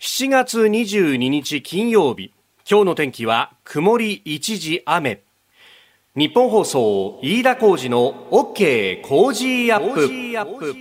7月22日金曜日、今日の天気は曇り一時雨。日本放送飯田浩司の OK コージーアップ。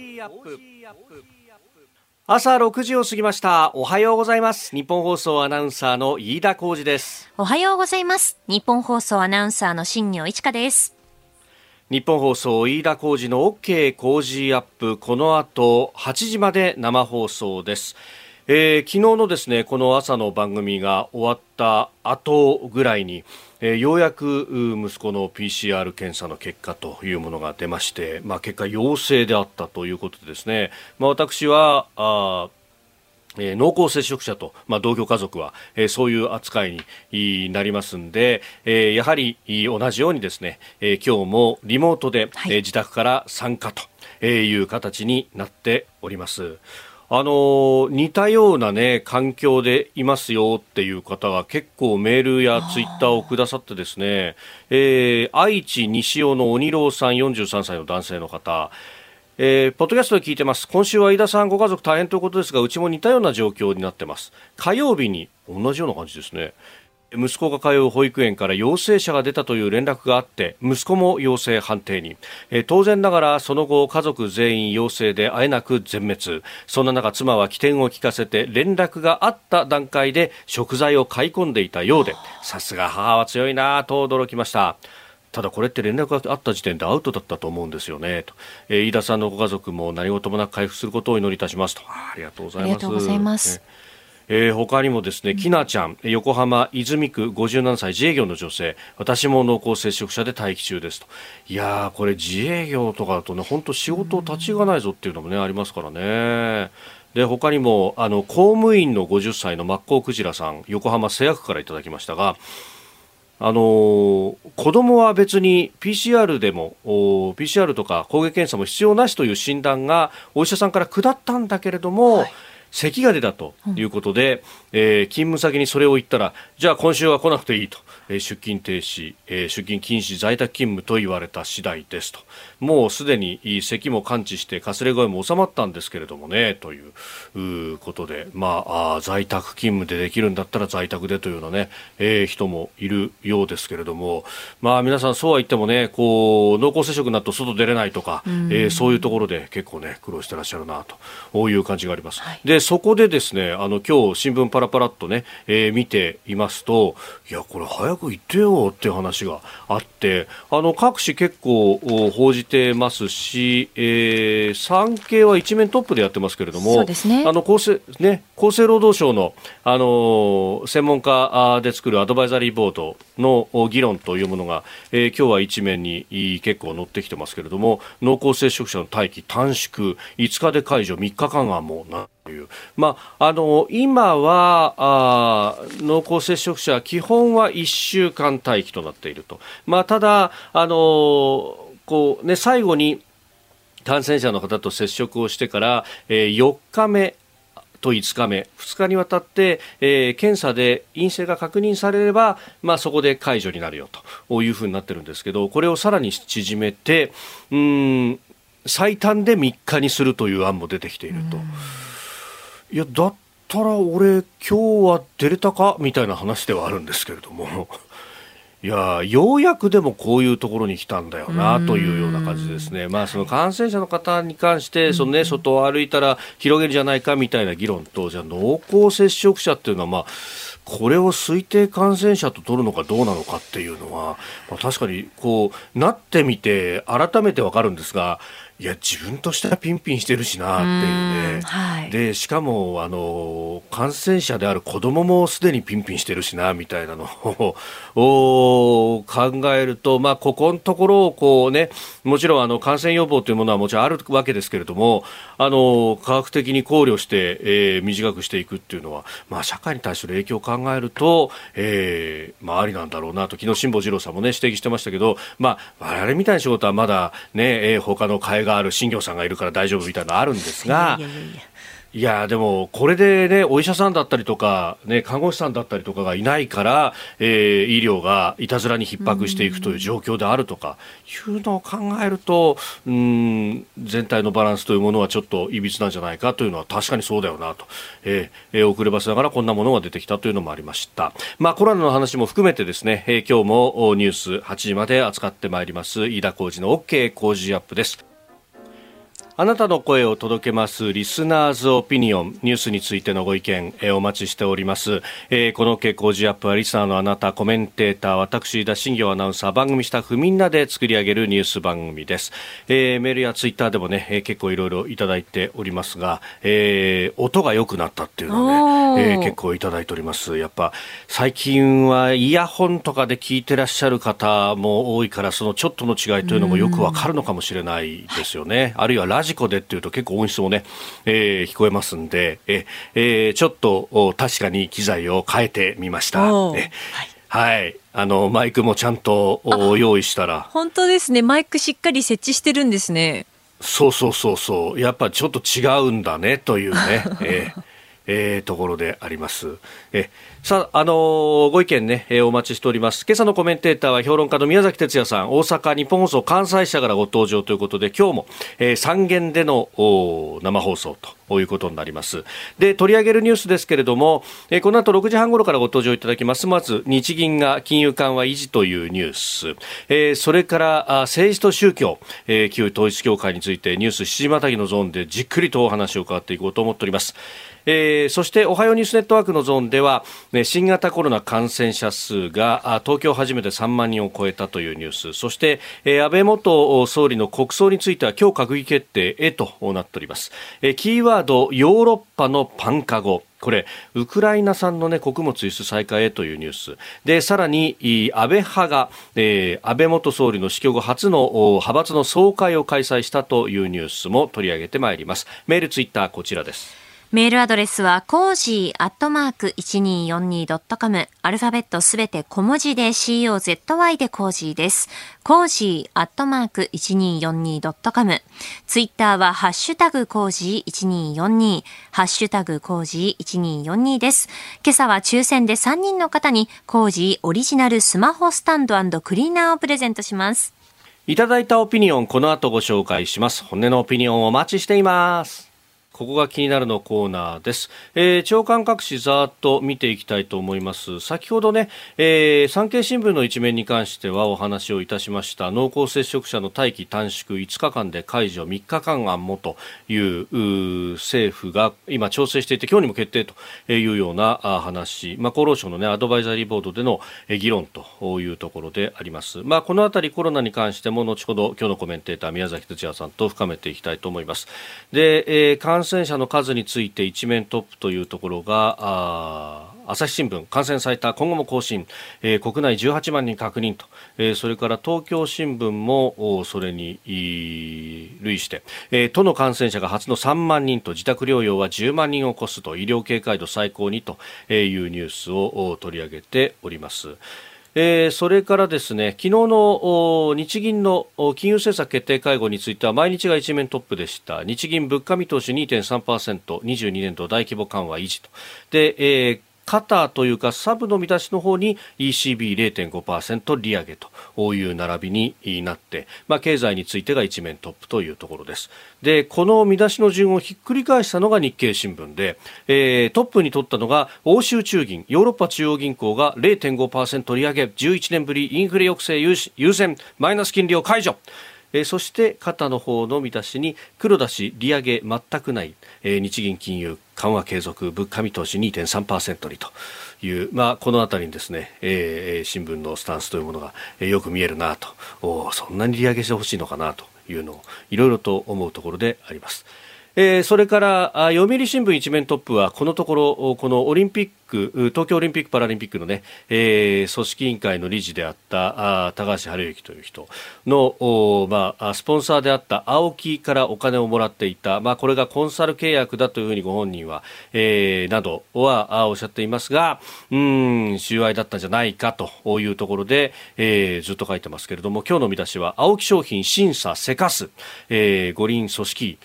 朝6時を過ぎました。おはようございます。日本放送アナウンサーの飯田浩司です。 おはようございます。日本放送アナウンサーの新業一華です。 日本放送飯田浩司の OK コージーアップ、この後8時まで生放送です。昨日のですね、この朝の番組が終わった後ぐらいに、ようやく息子の PCR 検査の結果というものが出まして、結果陽性であったということでですね、私は濃厚接触者と、同居家族は、そういう扱いになりますんで、やはり同じようにですね、今日もリモートで、自宅から参加という形になっております。似たようなね環境でいますよっていう方が結構メールやツイッターをくださってですね、愛知西尾の鬼郎さん43歳の男性の方、ポッドキャストで聞いてます。今週は飯田さんご家族大変ということですが、うちも似たような状況になってます。火曜日に同じような感じですね。息子が通う保育園から陽性者が出たという連絡があって、息子も陽性判定に。当然ながらその後家族全員陽性であえなく全滅。そんな中、妻は機転を利かせて連絡があった段階で食材を買い込んでいたようで、さすが母は強いなと驚きました。ただこれって連絡があった時点でアウトだったと思うんですよねと。飯田さんのご家族も何事もなく回復することをお祈りいたしますと。ありがとうございます。 ありがとうございます。 他にもですね、きなちゃん、横浜泉区57歳自営業の女性、私も濃厚接触者で待機中ですと。いやー、これ自営業とかだとね、本当仕事立ちがないぞっていうのもねありますからね。で、他にも公務員の50歳のマッコウクジラさん、横浜瀬谷区からいただきましたが、子供は別に PCR でも PCR とか抗原検査も必要なしという診断がお医者さんから下ったんだけれども、咳が出たということで、勤務先にそれを言ったら、じゃあ今週は来なくていいと、出勤停止、出勤禁止、在宅勤務と言われた次第ですと。もうすでに咳も完治してかすれ声も収まったんですけれどもねということで、在宅勤務でできるんだったら在宅でというようなね、人もいるようですけれども、皆さんそうは言ってもね、こう濃厚接触になると外出れないとか、そういうところで結構ね苦労してらっしゃるなという感じがあります。でそこでですね、今日新聞パラパラっとね、見ていますと、いやこれ早く言ってよっていう話があって、各紙結構報じてますし、産経は一面トップでやってますけれども、 そうですね、 厚生労働省の、専門家で作るアドバイザリーボードの議論というものが、今日は一面に結構載ってきてますけれども、濃厚接触者の待機短縮5日で解除3日間はもうなという、今は濃厚接触者基本は1週間待機となっていると。ただ最後に感染者の方と接触をしてから、4日目と5日目2日にわたって、検査で陰性が確認されれば、そこで解除になるよというふうになってるんですけど、これをさらに縮めて最短で3日にするという案も出てきていると。いやだったら俺今日は出れたかみたいな話ではあるんですけれども、いやようやくでもこういうところに来たんだよなというような感じですね。その感染者の方に関して外を歩いたら広げるじゃないかみたいな議論と、じゃあ濃厚接触者っていうのはこれを推定感染者と取るのかどうなのかっていうのは、確かにこうなってみて改めてわかるんですが、いや自分としてはピンピンしてるしなっていうね、でしかも感染者である子どももすでにピンピンしてるしなみたいなのを考えると、ここのところをこうね、もちろん感染予防というものはもちろんあるわけですけれども、科学的に考慮して、短くしていくっていうのは、社会に対する影響を考えると、ありなんだろうなと、昨日辛坊治郎さんもね指摘してましたけど、我々みたいな仕事はまだね、他の会がある新業さんがいるから大丈夫みたいなのあるんですが、 いやでもこれでね、お医者さんだったりとか、ね、看護師さんだったりとかがいないから、医療がいたずらに逼迫していくという状況であるとかいうのを考えると、全体のバランスというものはちょっといびつなんじゃないかというのは確かにそうだよなと、遅ればせながらこんなものが出てきたというのもありました。コロナの話も含めてですね、今日もニュース8時まで扱ってまいります飯田浩司の OK 工事アップです。あなたの声を届けますリスナーズオピニオン、ニュースについてのご意見、お待ちしております。この傾向ジアップはリスナーのあなた、コメンテーター、私田新行アナウンサー、番組スタッフみんなで作り上げるニュース番組です。メールやツイッターでもね、結構いろいろいただいておりますが、音が良くなったっていうのをね、結構いただいております。やっぱ最近はイヤホンとかで聞いてらっしゃる方も多いから、そのちょっとの違いというのもよくわかるのかもしれないですよね。あるいはラジコでっていうと結構音質もね、聞こえますんで、ちょっと確かに機材を変えてみました。はい、マイクもちゃんと用意したら。 本当ですね。マイクしっかり設置してるんですね。 そうやっぱちょっと違うんだねというね、ところであります。さあ、ご意見ね、お待ちしております。今朝のコメンテーターは評論家の宮崎哲也さん、大阪日本放送関西支社からご登場ということで、今日も、3限での生放送ということになります。で、取り上げるニュースですけれども、この後6時半頃からご登場いただきます。まず日銀が金融緩和維持というニュース、それから政治と宗教、旧統一教会についてニュース7時またぎのゾーンでじっくりとお話を伺っていこうと思っております。そしておはようニュースネットワークのゾーンでは、新型コロナ感染者数が東京初めて3万人を超えたというニュース、そして、安倍元総理の国葬については今日閣議決定へとなっております。キーワードヨーロッパのパンかご、これウクライナ産の、ね、穀物輸出再開へというニュースで、さらに安倍派が、安倍元総理の死去後初の派閥の総会を開催したというニュースも取り上げてまいります。メールツイッターこちらです。 メールアドレスはコージー@1242.com、アルファベットすべて小文字で COZY でコージーです。コージー@1242.com、ツイッターはハッシュタグコージー1242、ハッシュタグコージー1242です。今朝は抽選で3人の方にコージーオリジナルスマホスタンド&クリーナーをプレゼントします。 いただいたオピニオン、この後ご紹介します。本音のオピニオンをお待ちしています。ここが気になるのコーナーです。朝刊各紙ざーっと見ていきたいと思います。先ほどね、産経新聞の一面に関してはお話をいたしました濃厚接触者の待機短縮5日間で解除3日間案もという政府が今調整していて、今日にも決定というような話、厚労省の、ね、アドバイザリーボードでの議論というところであります。このあたりコロナに関しても後ほど今日のコメンテーター宮崎哲也さんと深めていきたいと思います。で、感染者の数について一面トップというところが朝日新聞、感染最多今後も更新、国内18万人確認と、それから東京新聞もそれに類して、都の感染者が初の3万人と自宅療養は10万人を超すと、医療警戒度最高にというニュースを取り上げております。それからですね、昨日の日銀の金融政策決定会合については毎日が一面トップでした。日銀物価見通し 2.3%、 22年度大規模緩和維持と。で、肩というかサブの見出しの方に ECB0.5% 利上げという並びになって、経済についてが一面トップというところです。で、この見出しの順をひっくり返したのが日経新聞で、トップに取ったのが欧州中銀、ヨーロッパ中央銀行が 0.5% 利上げ、11年ぶりインフレ抑制優先、マイナス金利を解除。そして肩の方の見出しに黒田氏利上げ全くない、日銀金融緩和継続、物価見通し 2.3% にという、このあたりにですね、新聞のスタンスというものが、よく見えるなと、そんなに利上げしてほしいのかなというのをいろいろと思うところであります。それから読売新聞一面トップはこのところこのオリンピック、東京オリンピックパラリンピックの、ね、組織委員会の理事であった高橋治之という人のスポンサーであった青木からお金をもらっていた、これがコンサル契約だというふうにご本人は、などはおっしゃっていますが、収賄だったんじゃないかというところで、ずっと書いてますけれども、今日の見出しは青木商品審査せかす、五輪組織委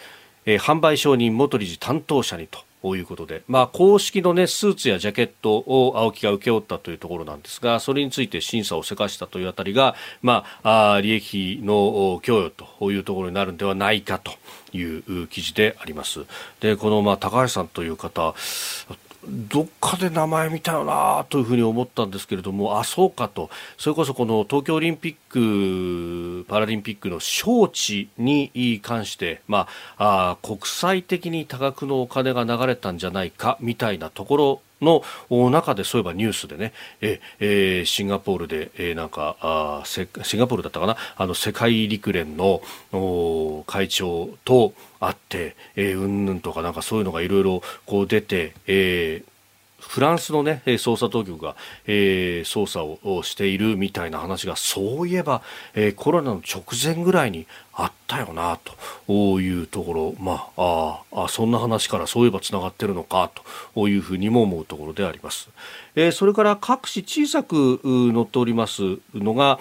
販売承認元理事担当者にということで、公式の、スーツやジャケットを青木が請け負ったというところなんですが、それについて審査をせかしたというあたりが、利益の供与というところになるのではないかという記事であります。で、この、高橋さんという方、どっかで名前見たよなというふうに思ったんですけれども、そうかと。それこそこの東京オリンピックパラリンピックの招致に関して、国際的に多額のお金が流れたんじゃないかみたいなところの中で、そういえばニュースでね、シンガポールで、シンガポールだったかな、世界陸連の会長と会って、うんぬんとかなんかそういうのがいろいろこう出て、フランスの、捜査当局が、捜査をしているみたいな話が、そういえば、コロナの直前ぐらいにあったよなというところ、そんな話からそういえばつながってるのかというふうにも思うところであります。それから各紙小さく載っておりますのが、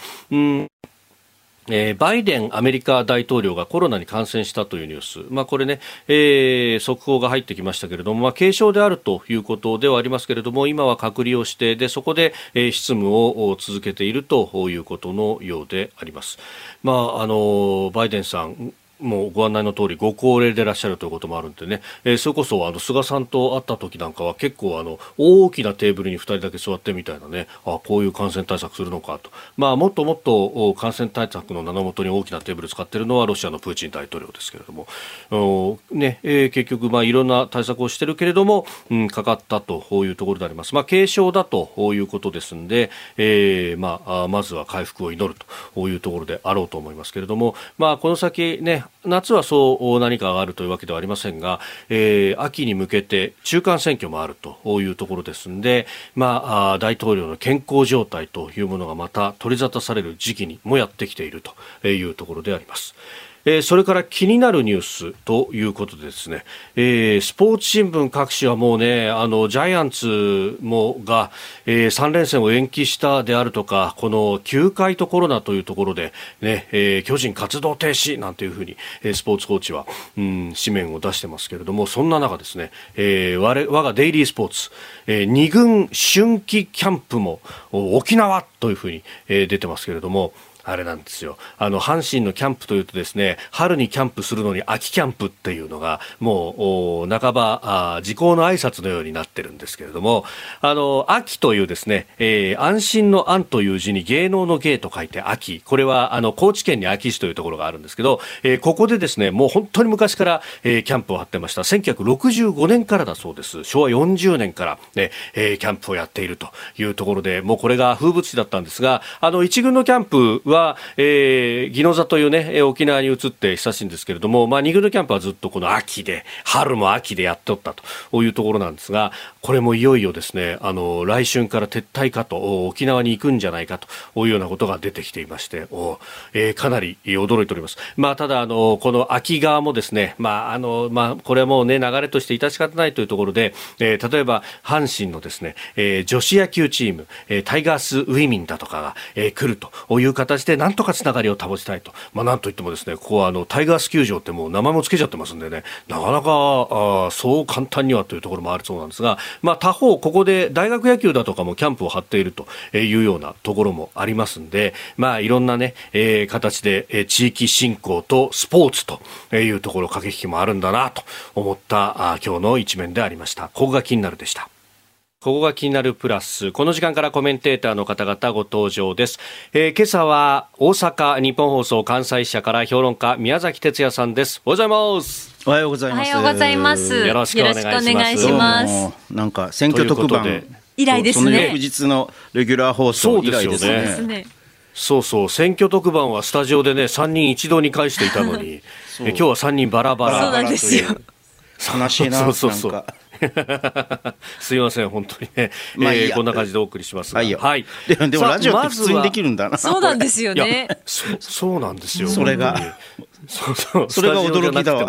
バイデンアメリカ大統領がコロナに感染したというニュース、これね、速報が入ってきましたけれども、軽症であるということではありますけれども、今は隔離をして、でそこで、執務を続けているということのようであります。バイデンさんもうご案内の通りご高齢でいらっしゃるということもあるんでね、それこそ菅さんと会った時なんかは結構大きなテーブルに2人だけ座ってみたいなね、こういう感染対策するのかと、もっともっと感染対策の名のもとに大きなテーブル使っているのはロシアのプーチン大統領ですけれども、結局いろんな対策をしているけれども、かかったというところであります。軽症だということですので、まずは回復を祈るというところであろうと思いますけれども、この先ね、夏はそう何かがあるというわけではありませんが、秋に向けて中間選挙もあるというところですので、大統領の健康状態というものがまた取り沙汰される時期にもやってきているというところであります。それから気になるニュースということでですね、スポーツ新聞各紙はもうね、ジャイアンツが、3連戦を延期したであるとか、この球界とコロナというところで、巨人活動停止なんていうふうに、スポーツ報知は、紙面を出してますけれども、そんな中ですね、我がデイリースポーツ、2軍春季キャンプも沖縄というふうに、出てますけれども、あれなんですよ。阪神のキャンプというとですね、春にキャンプするのに秋キャンプっていうのがもう半ば時効の挨拶のようになってるんですけれども、秋というですね、安心の安という字に芸能の芸と書いて秋。これは高知県に秋市というところがあるんですけど、ここでですね、もう本当に昔から、キャンプを張ってました。1965年からだそうです。昭和40年から、キャンプをやっているというところで、もうこれが風物詩だったんですが、一軍のキャンプは宜野座というね、沖縄に移って久しいんですけれども、2軍のキャンプはずっとこの秋で、春も秋でやっておったというところなんですが、これもいよいよですね、来春から撤退かと、沖縄に行くんじゃないかというようなことが出てきていまして、かなり驚いております。ただこの秋側もですね、これはもうね、流れとして致し方ないというところで、例えば阪神のですね、女子野球チーム、タイガースウィミンだとかが、来るという形でなんとかつながりを保ちたいと。なんといってもですね、ここはタイガース球場ってもう名前もつけちゃってますんでね、なかなかそう簡単にはというところもあるそうなんですが、他方ここで大学野球だとかもキャンプを張っているというようなところもありますんで、いろんなね、形で地域振興とスポーツというところ駆け引きもあるんだなと思った今日の一面でありました。ここが気になるでした。ここが気になるプラス、この時間からコメンテーターの方々ご登場です。今朝は大阪日本放送関西支社から評論家宮崎哲也さんです。おはようございます。 おはようございます。 おはようございます。 よろしくお願いします。 なんか選挙特番以来ですね。 その翌日のレギュラー放送以来ですね。 そう、選挙特番はスタジオでね、3人一堂に会していたのに今日は3人バラバラ。 そうなんですよ。 悲しいな。 そうすいません本当にね、こんな感じでお送りしますが、 はい、でもラジオって普通にできるんだな。 そうなんですよね。 そうなんですよ。 それがそれが驚きだわ。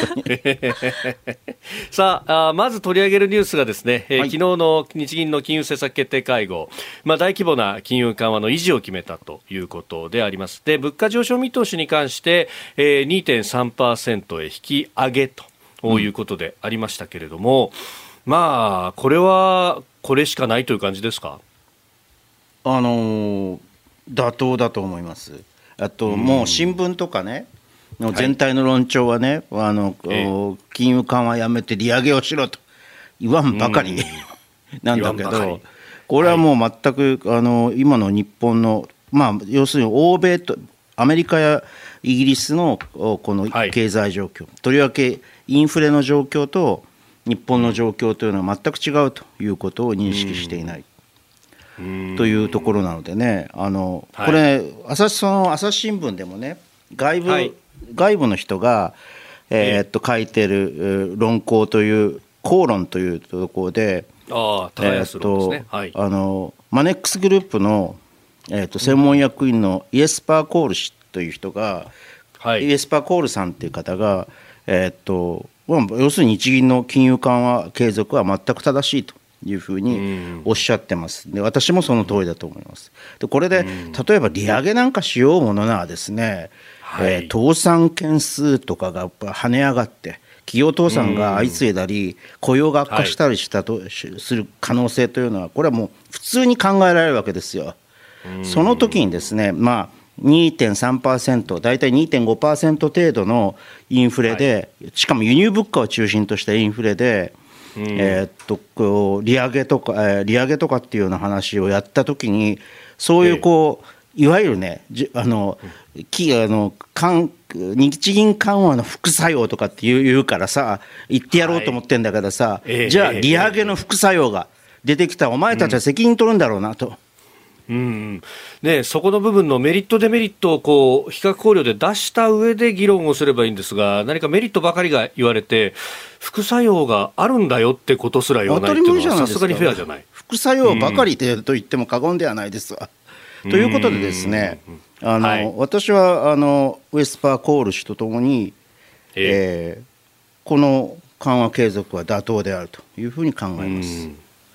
さあ、まず取り上げるニュースがですね、昨日の日銀の金融政策決定会合、大規模な金融緩和の維持を決めたということであります。で、物価上昇見通しに関して、2.3% へ引き上げということでありましたけれども、これはこれしかないという感じですか？ 妥当だと思います。あともう新聞とかねの全体の論調はね、金融緩和やめて利上げをしろと言わんばかりなんだけど、これはもう全く今の日本の、要するに欧米とアメリカやイギリスのこの経済状況、とりわけインフレの状況と日本の状況というのは全く違うということを認識していないというところなのでね、これ朝日新聞でもね、外部の人が、書いてる論考という口論というところで、マネックスグループの、専門役員のイエスパーコール氏という人が、イエスパーコールさんという方が、要するに日銀の金融緩和継続は全く正しいというふうにおっしゃってます。で、私もその通りだと思います。で、これで例えば利上げなんかしようものならですね、倒産件数とかが跳ね上がって企業倒産が相次いだり雇用が悪化したりしたとする可能性というのは、これはもう普通に考えられるわけですよ。その時にですね、2.3%、大体 2.5% 程度のインフレで、しかも輸入物価を中心としたインフレで、利上げとかっていうような話をやったときに、そういういわゆるね、日銀緩和の副作用とかって言うからさ、言ってやろうと思ってんだけどさ、じゃあ利上げの副作用が出てきたらお前たちは責任取るんだろうなと。 そこの部分のメリットデメリットを比較考慮で出した上で議論をすればいいんですが、何かメリットばかりが言われて副作用があるんだよってことすら言わないっていうのはさすがにフェアじゃない。 副作用ばかりでと言っても過言ではないですわ。ということでですね、私はウエスパーコール氏とともに、この緩和継続は妥当であるというふうに考えます。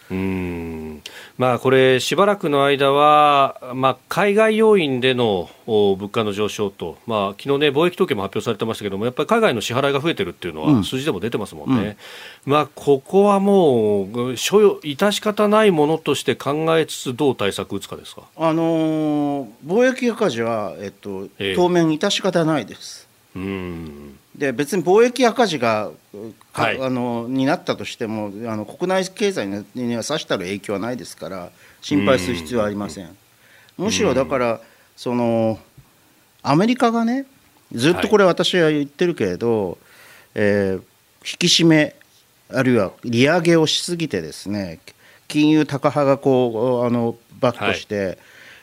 これしばらくの間は、海外要因での物価の上昇と、昨日ね、貿易統計も発表されてましたけども、やっぱり海外の支払いが増えてるっていうのは数字でも出てますもんね。ここはもう致し方ないものとして考えつつどう対策打つかですか？貿易赤字は、当面致し方ないです。で、別に貿易赤字がになったとしても国内経済にはさしたる影響はないですから、心配する必要はありません。むしろだからアメリカがね、ずっとこれ私は言ってるけれど、引き締めあるいは利上げをしすぎてですね、金融高派がバックして、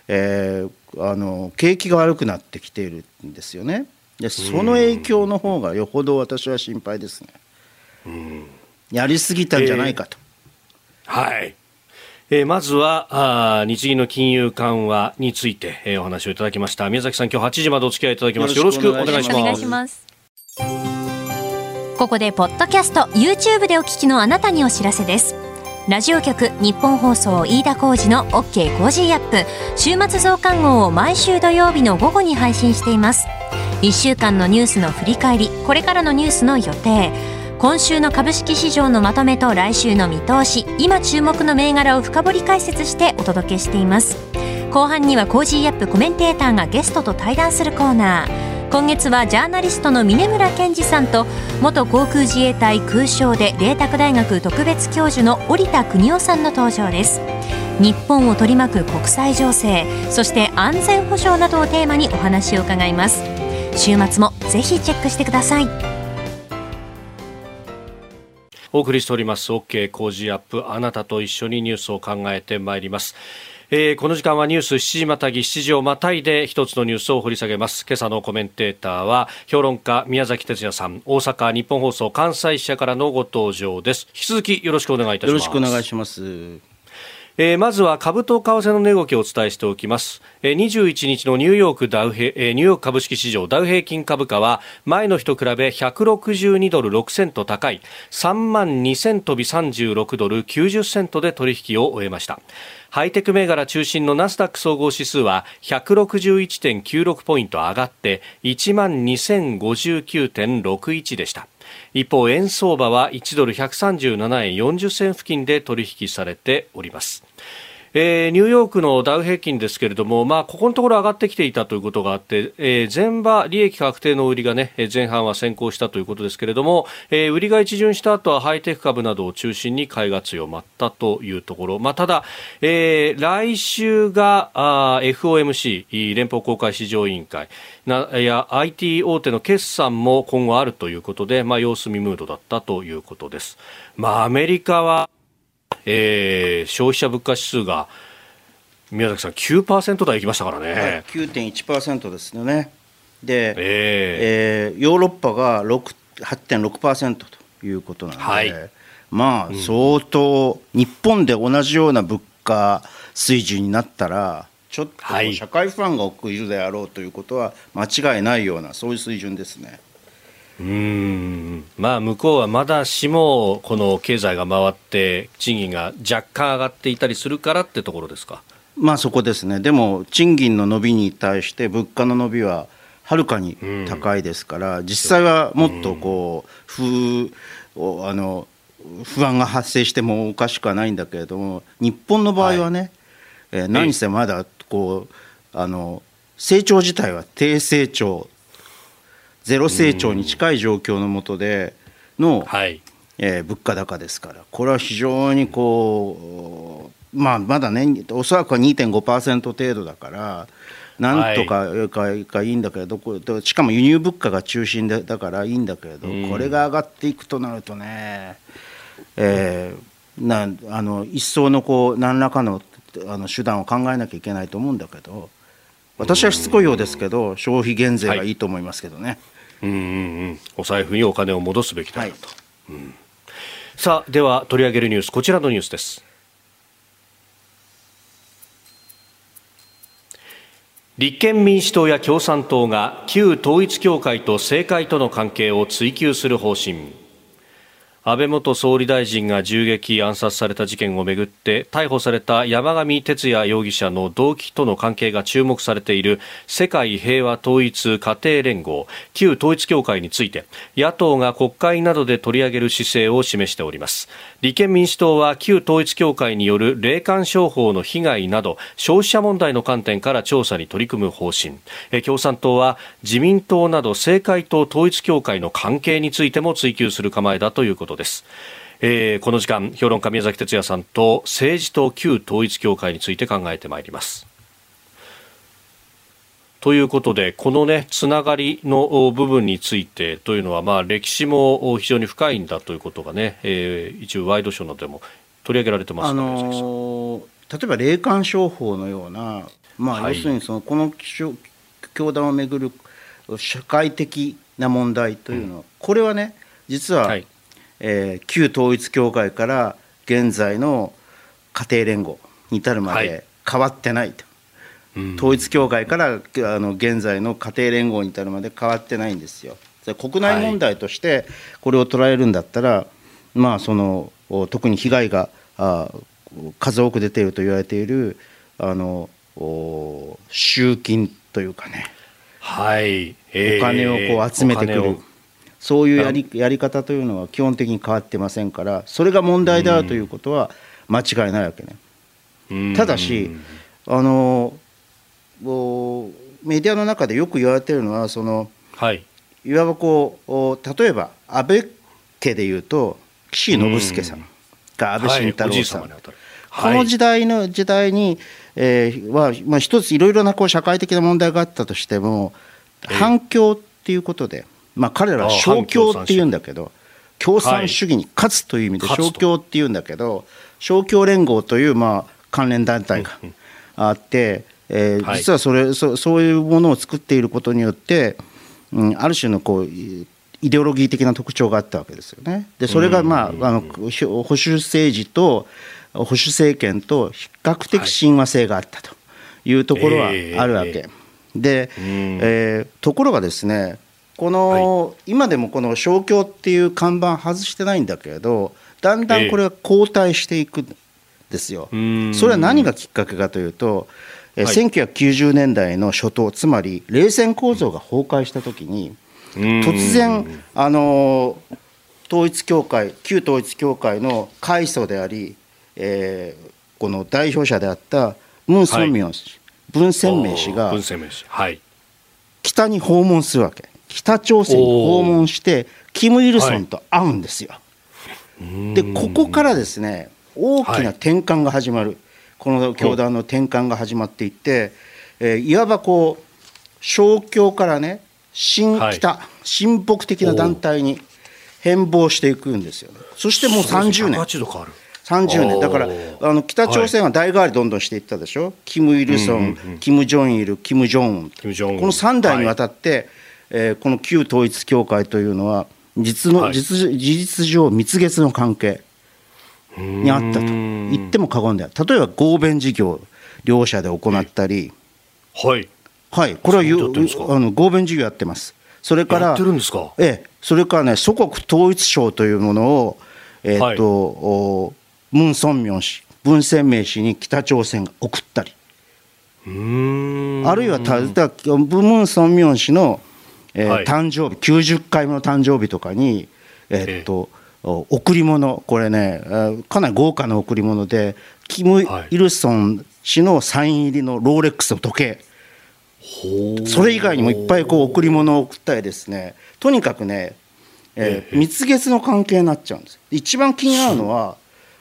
景気が悪くなってきているんですよね。で、その影響の方がよほど私は心配ですね。やりすぎたんじゃないかと。 まずは日銀の金融緩和について、お話をいただきました。宮崎さん、今日8時までお付き合いいただきます。よろしくお願いします。 ここでポッドキャスト YouTube でお聞きのあなたにお知らせです。ラジオ局日本放送飯田浩司の OK コージーアップ週末増刊号を毎週土曜日の午後に配信しています。1週間のニュースの振り返り、これからのニュースの予定、今週の株式市場のまとめと来週の見通し、今注目の銘柄を深掘り解説してお届けしています。後半にはコージーアップコメンテーターがゲストと対談するコーナー。今月はジャーナリストの峯村健二さんと元航空自衛隊空将で麗澤大学特別教授の織田邦夫さんの登場です。日本を取り巻く国際情勢、そして安全保障などをテーマにお話を伺います。週末もぜひチェックしてください。 お送りしております OK コージーアップ、あなたと一緒にニュースを考えてまいります。この時間はニュース7時またぎ7時をまたいで一つのニュースを掘り下げます。今朝のコメンテーターは評論家宮崎哲也さん、大阪日本放送関西支社からのご登場です。引き続きよろしくお願いいたします。 よろしくお願いします。 まずは株と為替の値動きをお伝えしておきます。21日のニューヨーク株式市場ダウ平均株価は前の日と比べ162ドル6セント高い3万2000飛び36ドル90セントで取引を終えました。ハイテク銘柄中心のナスダック総合指数は 161.96 ポイント上がって1万2059.61 でした。一方、円相場は1ドル137円40銭付近で取引されております。ニューヨークのダウ平均ですけれども、ここのところ上がってきていたということがあって、前場利益確定の売りがね、前半は先行したということですけれども、売りが一巡した後はハイテク株などを中心に買いが強まったというところ。ただ、来週がFOMC 連邦公開市場委員会や IT 大手の決算も今後あるということで、様子見ムードだったということです。アメリカは消費者物価指数が宮崎さん 9% 台いきましたからね、 はい、9.1% ですよね。で、ヨーロッパが 8.6% ということなので、はい、相当、日本で同じような物価水準になったらちょっと社会不安が起きるであろうということは間違いないような、そういう水準ですね。 向こうはまだしもこの経済が回って賃金が若干上がっていたりするからってところですか。 そこですね。でも賃金の伸びに対して物価の伸びははるかに高いですから、実際はもっと不安が発生してもおかしくはないんだけれども、日本の場合はね、何せまだ成長自体は低成長、ゼロ成長に近い状況の下での、物価高ですから、これは非常にまだね、おそらくは 2.5% 程度だからなんとかいいんだけれど、しかも輸入物価が中心だからいいんだけれど、これが上がっていくとなるとね、一層の何らかの手段を考えなきゃいけないと思うんだけど、私はしつこいようですけど消費減税がいいと思いますけどね。 お財布にお金を戻すべきだと、さあ、では取り上げるニュース、こちらのニュースです。立憲民主党や共産党が旧統一教会と政界との関係を追及する方針。安倍元総理大臣が銃撃暗殺された事件をめぐって逮捕された山上徹也容疑者の動機との関係が注目されている世界平和統一家庭連合旧統一教会について、野党が国会などで取り上げる姿勢を示しております。立憲民主党は旧統一教会による霊感商法の被害など消費者問題の観点から調査に取り組む方針。共産党は自民党など政界と統一教会の関係についても追及する構えだということです。この時間、評論家宮崎哲也さんと政治と旧統一教会について考えてまいります。ということで、このね、つながりの部分についてというのは、歴史も非常に深いんだということがね、一応ワイドショーなどでも取り上げられてます、ね。 例えば霊感商法のような、要するにこの教団をめぐる社会的な問題というのは、これはね、実は、旧統一教会から現在の家庭連合に至るまで変わってないと、統一教会から現在の家庭連合に至るまで変わってないんですよ。国内問題としてこれを捉えるんだったら、特に被害が数多く出ていると言われている集金というかね、お金を集めてくる、そういうやり方というのは基本的に変わってませんから、それが問題であるということは間違いないわけね。ただしメディアの中でよく言われているのは、いわば例えば安倍家でいうと岸信介さんが安倍晋太郎さん、この時代に、一ついろいろな社会的な問題があったとしても、反共っていうことで、彼らは勝共っていうんだけど、共産主義に勝つという意味で勝共っていうんだけど、勝共連合という関連団体があって、実はそういうものを作っていることによって、ある種のイデオロギー的な特徴があったわけですよね。でそれが保守政治と保守政権と比較的親和性があったというところはあるわけ、で、ところがですね、今でもこの勝共っていう看板外してないんだけれど、だんだんこれが後退していくんですよ。それは何がきっかけかというと、1990年代の初頭、つまり冷戦構造が崩壊したときに、突然統一教会、旧統一教会の開祖であり、この代表者であったムン・ソンミョン氏、文鮮明氏が北に訪問するわけ。北朝鮮に訪問してキム・イルソンと会うんですよ。でここからですね、大きな転換が始まる、この教団の転換が始まっていって、いわばこう勝共からね、親北、親北的な団体に変貌していくんですよね。そしてもう30年30年だから、北朝鮮は代替わりどんどんしていったでしょ。キム・イルソン、キム・ジョンイル、キム・ジョンウン、この3代にわたって、この旧統一教会というのは事実上蜜月の関係にあったと言っても過言である。例えば合弁事業両者で行ったり、これは合弁事業やってます。それからそれからね、祖国統一省というものをムン・ソンミョン氏、文鮮明氏に北朝鮮が送ったり、あるいはムン・ソンミョン氏の誕生日、90回目の誕生日とかに、贈り物、これね、かなり豪華な贈り物で、キム・イルソン氏のサイン入りのローレックスの時計、それ以外にもいっぱいこう贈り物を贈ったりですね、とにかくね、蜜月の関係になっちゃうんです。一番気になるのは、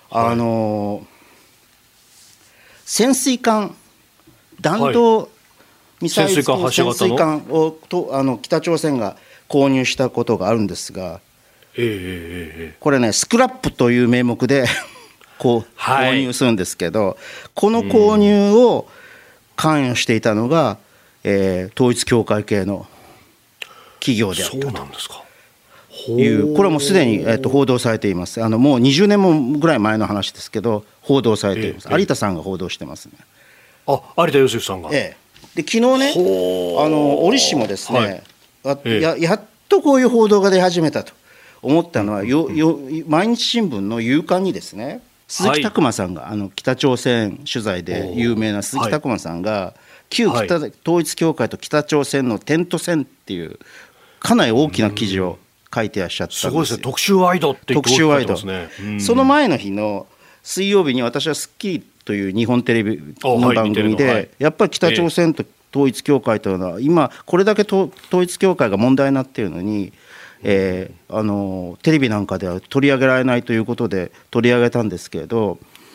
潜水艦、弾道ミサイル潜水艦を北朝鮮が購入したことがあるんですが、これね、スクラップという名目で購入するんですけど、この購入を関与していたのが、統一教会系の企業であったという、これはもうすでに報道されています。もう20年もぐらい前の話ですけど、報道されています。有田さんが報道してますね。 有田芳生さんが。 で昨日ね、折しもですね、やっとこういう報道が出始めたと思ったのは、毎日新聞の夕刊にですね、鈴木琢磨さんが、北朝鮮取材で有名な鈴木琢磨さんが、旧統一教会と北朝鮮の点と線っていうかなり大きな記事を書いてらっしゃったんですよ。 すごいですね。特集ワイドって書いてますね。 その前の日の水曜日に、私はスッキリという日本テレビの番組で、やっぱり北朝鮮と統一教会というのは、今これだけ統一教会が問題になっているのに、テレビなんかでは取り上げられないということで取り上げたんですけれど、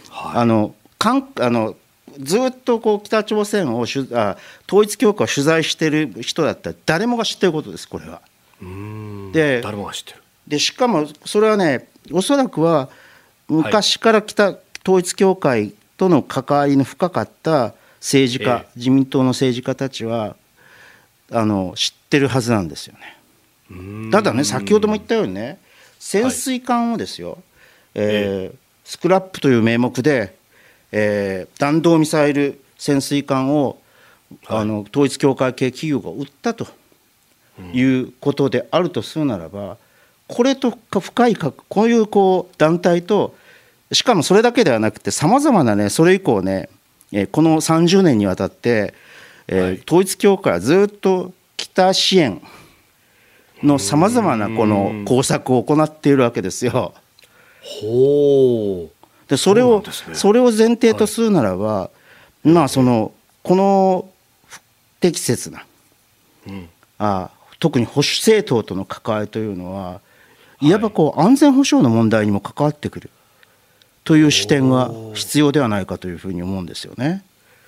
ずっとこう北朝鮮を統一教会を取材している人だったら誰もが知っていることです、これは。 誰もが知ってる。 でしかもそれはね、おそらくは昔から統一教会との関わりの深かった政治家、自民党の政治家たちは知ってるはずなんですよね。ただね、先ほども言ったようにね、潜水艦をですよ、スクラップという名目で、弾道ミサイル潜水艦を統一教会系企業が売ったということであるとするならば、これと深いこういう団体と、しかもそれだけではなくて、さまざまなね、それ以降ね、この30年にわたって、統一教会はずっと北支援のさまざまなこの工作を行っているわけですよ。でそれを前提とするならば、この不適切な、特に保守政党との関わりというのは、いわば安全保障の問題にも関わってくるという視点が必要ではないかというふうに思うんですよね。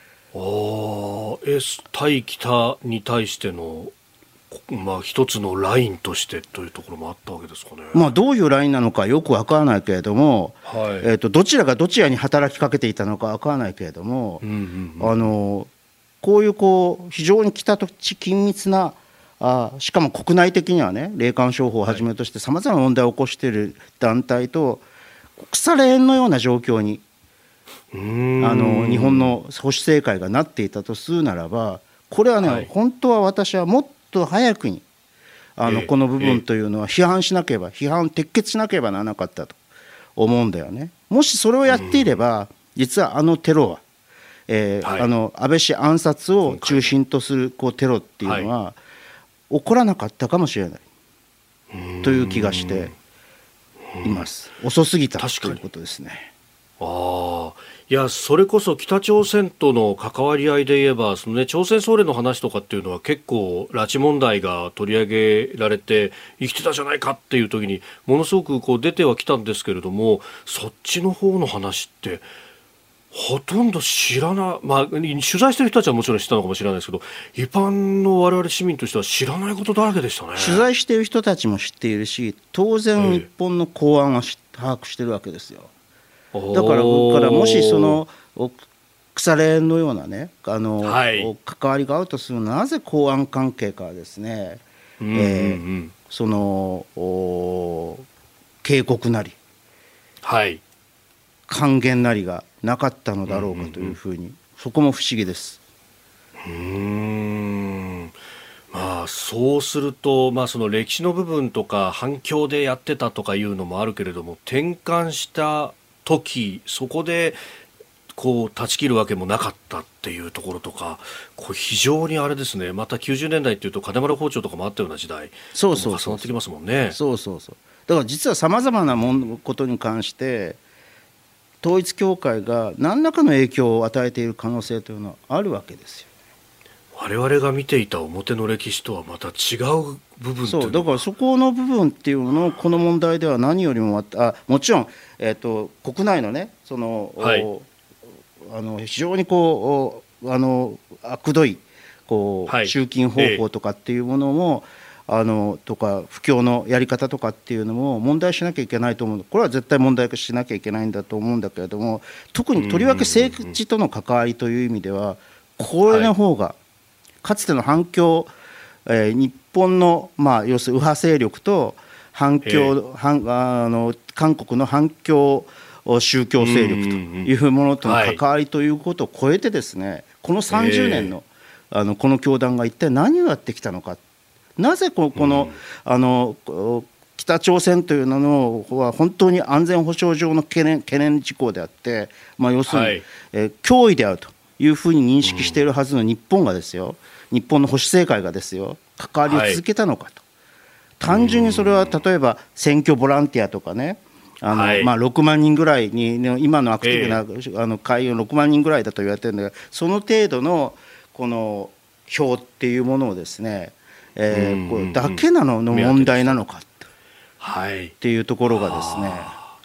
対北に対しての、一つのラインとしてというところもあったわけですかね。 どういうラインなのかよく分からないけれども、どちらがどちらに働きかけていたのか分からないけれども、こういう非常に北と緊密な、しかも国内的にはね、霊感商法をはじめとしてさまざまな問題を起こしている団体と腐れ縁のような状況に日本の保守政界がなっていたとするならば、これはね、本当は私はもっと早くにこの部分というのは批判撤回しなければならなかったと思うんだよね。もしそれをやっていれば、実はテロは、安倍氏暗殺を中心とするテロっていうのは起こらなかったかもしれないという気がしています。遅すぎたということですね。 いや、それこそ北朝鮮との関わり合いで言えば、朝鮮総連の話とかっていうのは結構拉致問題が取り上げられて生きてたじゃないかっていう時にものすごく出てはきたんですけれども、そっちの方の話ってほとんど知らない、取材してる人たちはもちろん知ったのかもしれないですけど、一般の我々市民としては知らないことだらけでしたね。 取材している人たちも知っているし、当然日本の公安は把握しているわけですよ。だからもし腐れ縁のようなね関わりがあるとするなぜ公安関係からですね、警告なり、還元なりがなかったのだろうかというふうに、そこも不思議です。 そうすると、その歴史の部分とか反響でやってたとかいうのもあるけれども、転換した時そこで断ち切るわけもなかったっていうところとか、非常にあれですね。また90年代っていうと金丸包丁とかもあったような時代重なってきますもんね。 だから実はさまざまなことに関して統一教会が何らかの影響を与えている可能性というのはあるわけですよ。 我々が見ていた表の歴史とはまた違う部分というのが、 だからそこの部分っていうのをこの問題では何よりももちろん、国内のね非常に悪どい集金方法とかっていうものも、とか布教のやり方とかっていうのも問題しなきゃいけないと思う。これは絶対問題化しなきゃいけないんだと思うんだけれども、特にとりわけ政治との関わりという意味ではこれの方が、かつての反共、日本の、要するに右派勢力と韓国の反共宗教勢力というものとの関わりということを超えてですね、この30年の、この教団が一体何をやってきたのか、なぜこの北朝鮮というのは本当に安全保障上の懸念事項であって、要するに、脅威であるというふうに認識しているはずの日本がですよ、日本の保守政界がですよ、関わりを続けたのかと。単純にそれは例えば選挙ボランティアとかね、6万人ぐらいに今のアクティブな会員6万人ぐらいだと言われてるんだけど、その程度のこの票っていうものをですね、これだけなの問題なのかっていうところがですね、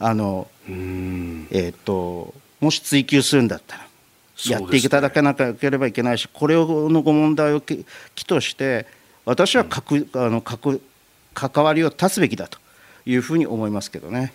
もし追及するんだったらやっていただかなければいけないし、これのご問題を起として私は関わりを断つべきだというふうに思いますけどね。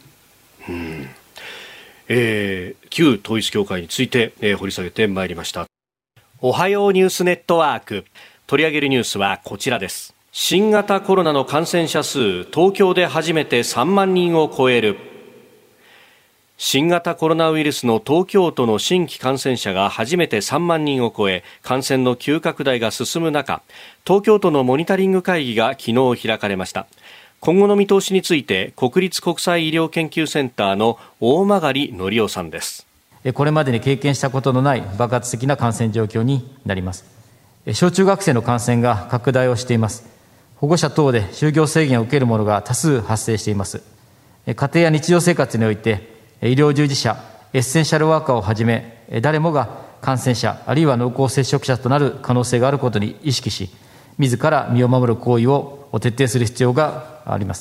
旧統一教会について、掘り下げてまいりました。おはようニュースネットワーク、取り上げるニュースはこちらです。新型コロナの感染者数、東京で初めて3万人を超える。新型コロナウイルスの東京都の新規感染者が初めて3万人を超え、感染の急拡大が進む中、東京都のモニタリング会議が昨日開かれました。今後の見通しについて、国立国際医療研究センターの大曲則夫さんです。 これまでに経験したことのない爆発的な感染状況になります。小中学生の感染が拡大をしています。保護者等で就業制限を受ける者が多数発生しています。家庭や日常生活において、医療従事者、エッセンシャルワーカーをはじめ、誰もが感染者あるいは濃厚接触者となる可能性があることに意識し、自ら身を守る行為を徹底する必要があります。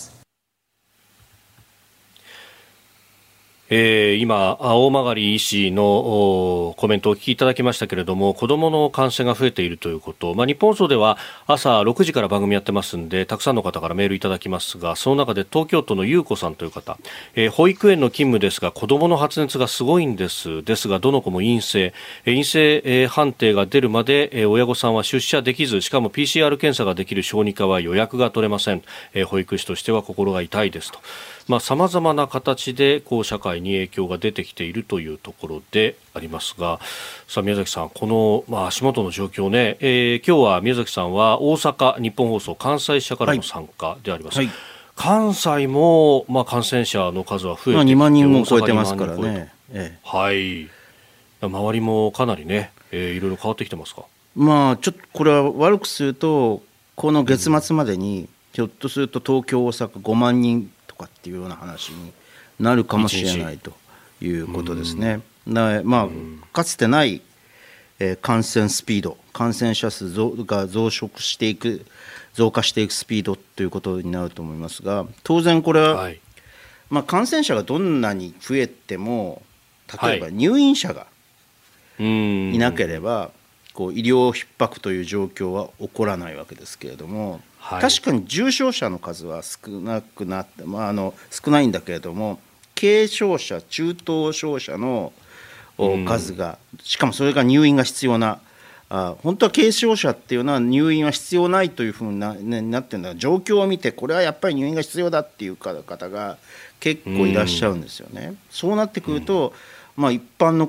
今、大曲医師のコメントをお聞きいただきましたけれども、子どもの感染が増えているということ、日本放送では朝6時から番組やってますんで、たくさんの方からメールいただきますが、その中で東京都の優子さんという方、保育園の勤務ですが子どもの発熱がすごいんですがどの子も陰性判定が出るまで親御さんは出社できず、しかも PCR 検査ができる小児科は予約が取れません。保育士としては心が痛いですと。 さまざまな形でこう社会に影響が出てきているというところでありますが、さあ宮崎さん、この、足元の状況ね、今日は宮崎さんは大阪日本放送関西支社からの参加であります、はいはい、関西も、感染者の数は増えてきて、 2万人も超えてますからね、 はい、周りもかなりね、いろいろ変わってきてますか。 ちょっとこれは悪くするとこの月末までにひょっとすると東京大阪5万人とかっていうような話になるかもしれないということですね。かつてない感染スピード、感染者数が増加していくスピードということになると思いますが、当然これは、感染者がどんなに増えても、例えば入院者がいなければこう医療逼迫という状況は起こらないわけですけれども、確かに重症者の数は少なくなって、少ないんだけれども、軽症者、中等症者の数が、しかもそれが入院が必要な、本当は軽症者っていうのは入院は必要ないというふうに なってるんだ、状況を見てこれはやっぱり入院が必要だっていう方が結構いらっしゃるんですよね。そうなってくると、一般の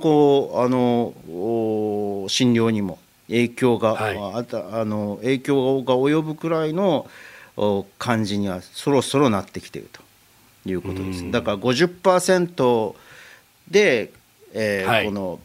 診療にも影響が及ぶくらいの感じにはそろそろなってきているということです。だから 50% で、この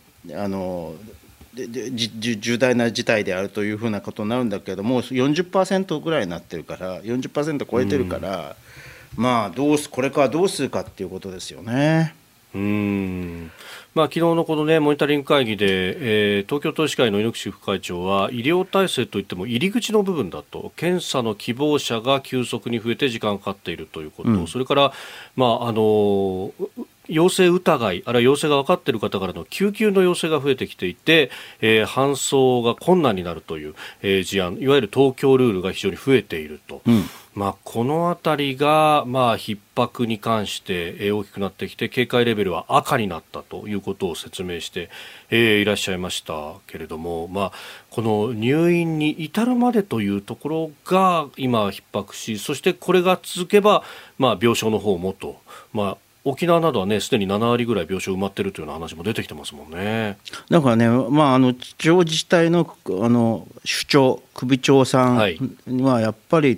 重大な事態であるというふうなことになるんだけれども、40% ぐらいになってるから、40% 超えてるから、これからどうするかっていうことですよね。 昨日のこの、モニタリング会議で、東京都医師会の猪口副会長は、医療体制といっても入り口の部分だと、検査の希望者が急速に増えて時間かかっているということ、それから、陽性疑い、あるいは陽性が分かっている方からの救急の要請が増えてきていて、搬送が困難になるという、事案、いわゆる東京ルールが非常に増えていると。このあたりが、逼迫に関して、大きくなってきて、警戒レベルは赤になったということを説明して、いらっしゃいましたけれども、この入院に至るまでというところが今逼迫し、そしてこれが続けば、病床の方もと、沖縄などはね、すでに7割ぐらい病床埋まっているというような話も出てきてますもんね。 だからね、地方自治体の、首長、首長さんはやっぱり、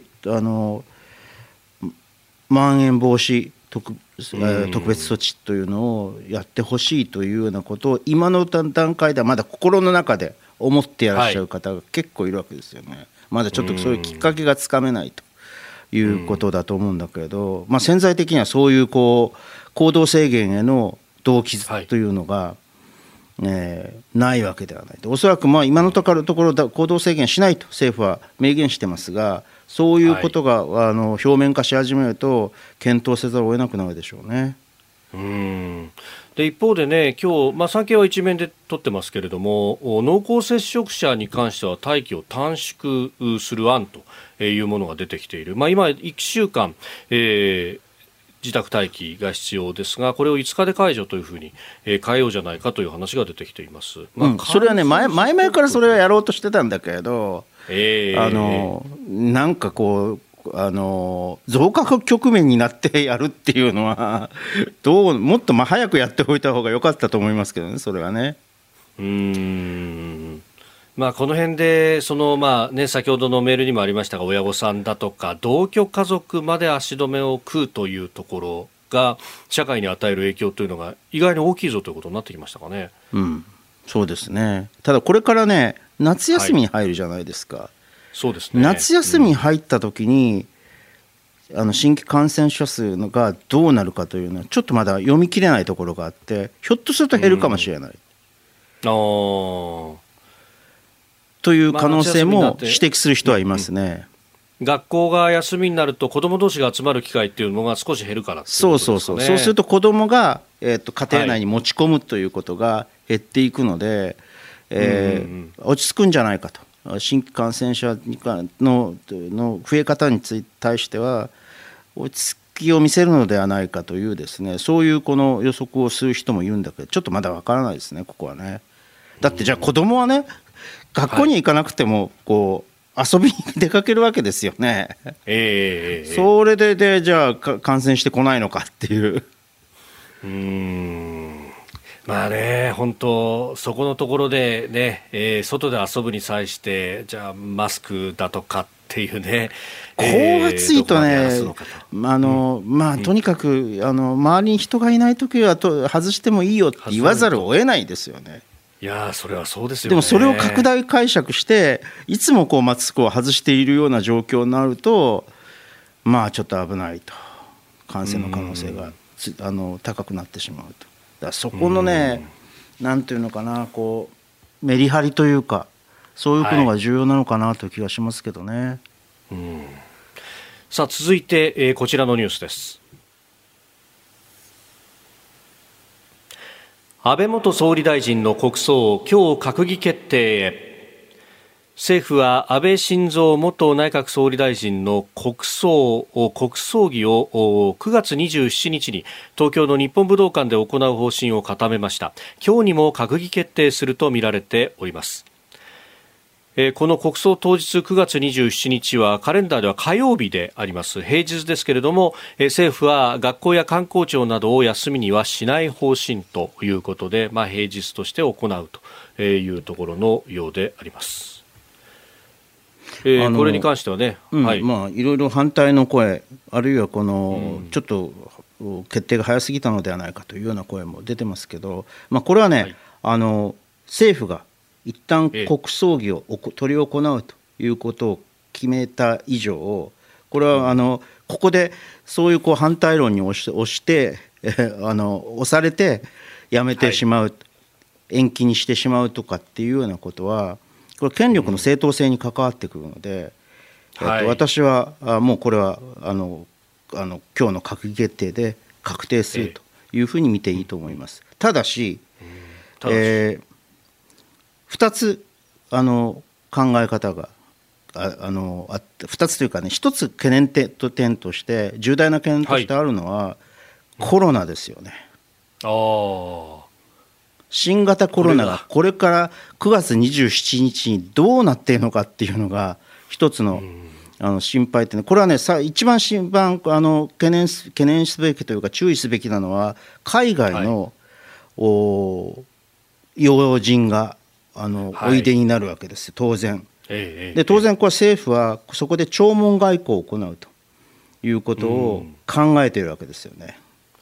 まん延防止特別措置というのをやってほしいというようなことを今の段階ではまだ心の中で思っていらっしゃる方が結構いるわけですよね。まだちょっとそういうきっかけがつかめないということだと思うんだけれど、潜在的にはそういう行動制限への動機というのが、ないわけではないと。おそらく今のところ行動制限しないと政府は明言してますが、そういうことが、表面化し始めると検討せざるを得なくなるでしょうね。 で一方でね、今日、産経は一面で取ってますけれども、濃厚接触者に関しては待機を短縮する案というものが出てきている。今1週間、自宅待機が必要ですが、これを5日で解除というふうに変えようじゃないかという話が出てきています。 それはね、前々からそれはやろうとしてたんだけれど、なんか増加局面になってやるっていうのはもっと早くやっておいた方が良かったと思いますけどね、それはね。 この辺で先ほどのメールにもありましたが、親御さんだとか同居家族まで足止めを食うというところが社会に与える影響というのが意外に大きいぞということになってきましたかね。 そうですね。ただこれからね、夏休みに入るじゃないですか。 そうですね。 夏休みに入った時に、新規感染者数がどうなるかというのはちょっとまだ読み切れないところがあって、ひょっとすると減るかもしれない、という可能性も指摘する人はいますね。 学校が休みになると子ども同士が集まる機会っていうのが少し減るからっていうことですかね。 そうすると子どもが、家庭内に持ち込むということが減っていくので、落ち着くんじゃないかと。新規感染者の増え方に対しては落ち着きを見せるのではないかというですね、そういうこの予測をする人もいるんだけど、ちょっとまだわからないですね、ここはね。だってじゃあ子どもはね、学校に行かなくても遊びに出かけるわけですよね。それでじゃあ感染してこないのかっていう。 まあね、本当そこのところでね、外で遊ぶに際してじゃあマスクだとかっていうね、 こう暑いとね、とにかく周りに人がいないときは外してもいいよって言わざるを得ないですよね。 いやそれはそうですよね。 でもそれを拡大解釈していつもマスクを外しているような状況になると、ちょっと危ないと、感染の可能性が高くなってしまうと。だからそこのね、なんていうのかな、メリハリというか、そういうのが重要なのかなという気がしますけどね。 さあ続いて、こちらのニュースです。安倍元総理大臣の国葬、今日閣議決定へ。政府は安倍晋三元内閣総理大臣の国葬儀を9月27日に東京の日本武道館で行う方針を固めました。今日にも閣議決定するとみられております。この国葬当日9月27日はカレンダーでは火曜日であります。平日ですけれども、政府は学校や観光庁などを休みにはしない方針ということで、平日として行うというところのようであります。これに関してはね、 いろいろ反対の声、あるいはちょっと決定が早すぎたのではないかというような声も出てますけど、これはね、政府が一旦国葬儀を執り行うということを決めた以上、これはここでそういう反対論に押して押されてやめてしまう、延期にしてしまうとかっていうようなことは、これ権力の正当性に関わってくるので、私はもうこれは今日の閣議決定で確定するというふうに見ていいと思います。ただし、2つ考え方が2つというかね、1つ懸念点として重大な懸念としてあるのは、コロナですよね。新型コロナがこれから9月27日にどうなっているのかっていうのが一つの心配点で、これはね一番懸念すべきというか注意すべきなのは、海外の、要人がおいでになるわけですよ、当然。で当然これ政府はそこで弔問外交を行うということを考えているわけですよね。